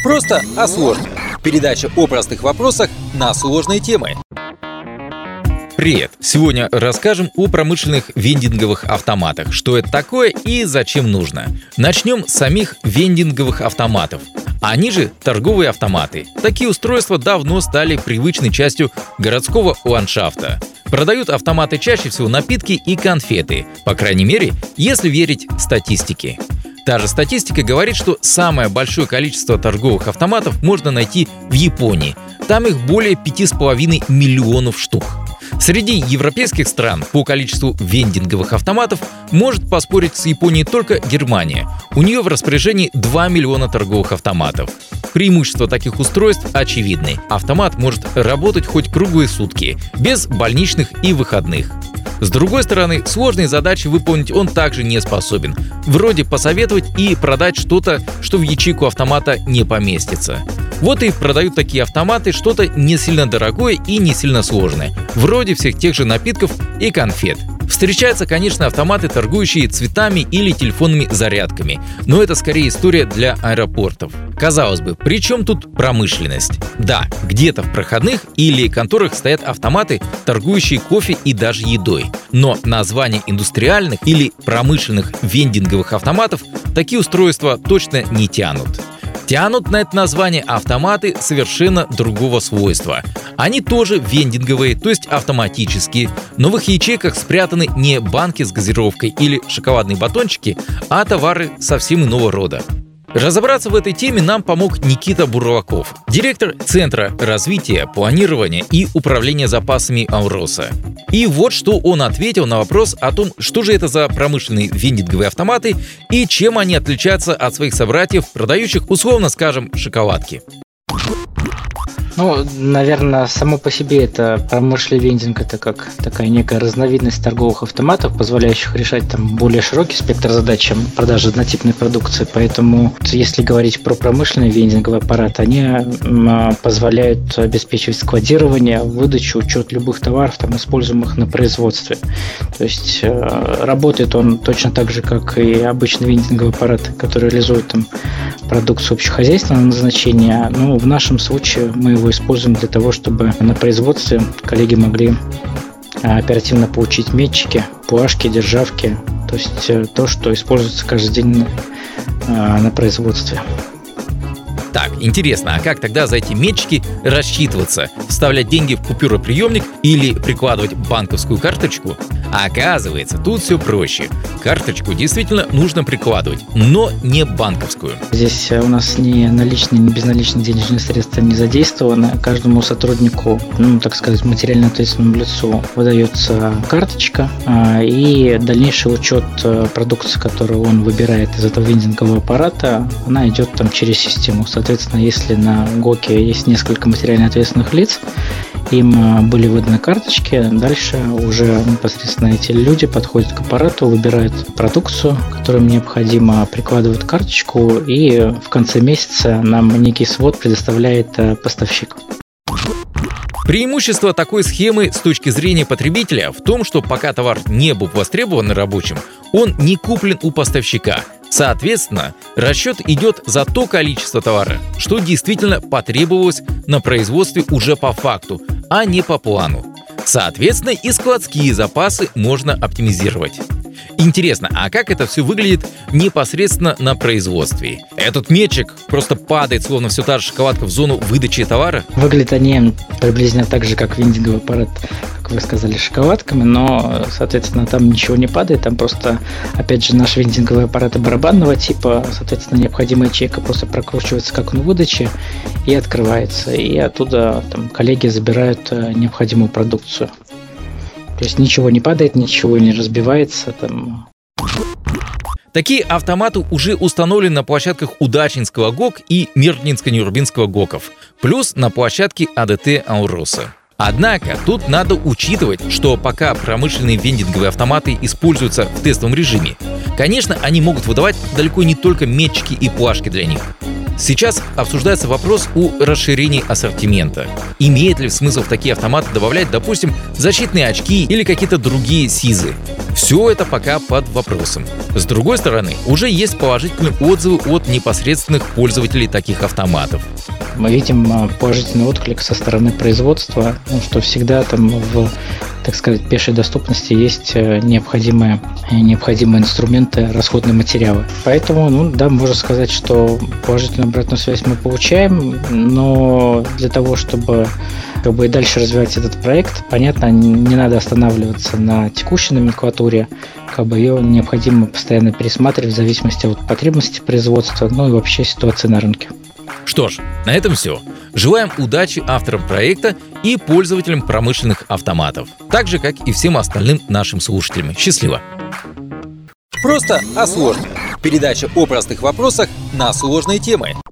Просто о сложном. Передача о простых вопросах на сложные темы. Привет! Сегодня расскажем о промышленных вендинговых автоматах. Что это такое и зачем нужно. Начнем с самих вендинговых автоматов. Они же торговые автоматы. Такие устройства давно стали привычной частью городского ландшафта. Продают автоматы чаще всего напитки и конфеты. По крайней мере, если верить статистике. Та же статистика говорит, что самое большое количество торговых автоматов можно найти в Японии. Там их более 5,5 миллионов штук. Среди европейских стран по количеству вендинговых автоматов может поспорить с Японией только Германия. У нее в распоряжении 2 миллиона торговых автоматов. Преимущества таких устройств очевидны. Автомат может работать хоть круглые сутки, без больничных и выходных. С другой стороны, сложные задачи выполнить он также не способен. Вроде посоветовать и продать что-то, что в ячейку автомата не поместится. Вот и продают такие автоматы что-то не сильно дорогое и не сильно сложное, вроде всех тех же напитков и конфет. Встречаются, конечно, автоматы, торгующие цветами или телефонными зарядками, но это скорее история для аэропортов. Казалось бы, при чем тут промышленность? Да, где-то в проходных или конторах стоят автоматы, торгующие кофе и даже едой. Но название индустриальных или промышленных вендинговых автоматов такие устройства точно не тянут. Тянут на это название автоматы совершенно другого свойства. Они тоже вендинговые, то есть автоматические, но в их ячейках спрятаны не банки с газировкой или шоколадные батончики, а товары совсем иного рода. Разобраться в этой теме нам помог Никита Бурлаков, директор Центра развития, планирования и управления запасами Алроса. И вот что он ответил на вопрос о том, что же это за промышленные вендинговые автоматы и чем они отличаются от своих собратьев, продающих, условно скажем, шоколадки. Наверное, само по себе это промышленный вендинг, это как такая некая разновидность торговых автоматов, позволяющих решать там более широкий спектр задач, чем продажа однотипной продукции. Поэтому, если говорить про промышленный вендинговый аппарат, они позволяют обеспечивать складирование, выдачу, учет любых товаров, там, используемых на производстве. То есть работает он точно так же, как и обычный вендинговый аппарат, который реализует там продукцию общехозяйственного назначения. Но в нашем случае мы его используем для того, чтобы на производстве коллеги могли оперативно получить метчики, плашки, державки, то есть то, что используется каждый день на производстве. Так, интересно, а как тогда за эти метчики рассчитываться? Вставлять деньги в купюроприемник или прикладывать банковскую карточку? А оказывается, тут все проще. Карточку действительно нужно прикладывать, но не банковскую. Здесь у нас ни наличные, ни безналичные денежные средства не задействованы. Каждому сотруднику, так сказать, материально ответственному лицу выдается карточка, и дальнейший учет продукции, которую он выбирает из этого вендингового аппарата, она идет там через систему. Соответственно, если на ГОКе есть несколько материально ответственных лиц, им были выданы карточки, дальше уже непосредственно эти люди подходят к аппарату, выбирают продукцию, которую им необходимо, прикладывают карточку, и в конце месяца нам некий свод предоставляет поставщик. Преимущество такой схемы с точки зрения потребителя в том, что пока товар не был востребован рабочим, он не куплен у поставщика. Соответственно, расчет идет за то количество товара, что действительно потребовалось на производстве уже по факту, а не по плану. Соответственно, и складские запасы можно оптимизировать. Интересно, а как это все выглядит непосредственно на производстве? Этот метчик просто падает, словно все та же шоколадка, в зону выдачи товара? Выглядят они приблизительно так же, как вендинговый аппарат, как вы сказали, шоколадками, но, соответственно, там ничего не падает, там просто, опять же, наш вендинговый аппарат барабанного типа, соответственно, необходимая ячейка просто прокручивается как он в выдаче и открывается, и оттуда там коллеги забирают необходимую продукцию. То есть ничего не падает, ничего не разбивается. Такие автоматы уже установлены на площадках Удачинского ГОК и Мирнинско-Нюрбинского ГОКов, плюс на площадке АДТ Алроса. Однако тут надо учитывать, что пока промышленные вендинговые автоматы используются в тестовом режиме, конечно, они могут выдавать далеко не только метчики и плашки для них. Сейчас обсуждается вопрос о расширении ассортимента. Имеет ли смысл в такие автоматы добавлять, допустим, защитные очки или какие-то другие СИЗы? Все это пока под вопросом. С другой стороны, уже есть положительные отзывы от непосредственных пользователей таких автоматов. Мы видим положительный отклик со стороны производства, что всегда там в, так сказать, пешей доступности есть необходимые инструменты, расходные материалы. Поэтому, да, можно сказать, что положительную обратную связь мы получаем, но для того, чтобы и дальше развивать этот проект, понятно, не надо останавливаться на текущей номенклатуре, ее необходимо постоянно пересматривать в зависимости от потребностей производства, и вообще ситуации на рынке. Что ж, на этом все. Желаем удачи авторам проекта и пользователям промышленных автоматов, так же, как и всем остальным нашим слушателям. Счастливо! Просто о сложном. Передача о простых вопросах на сложные темы.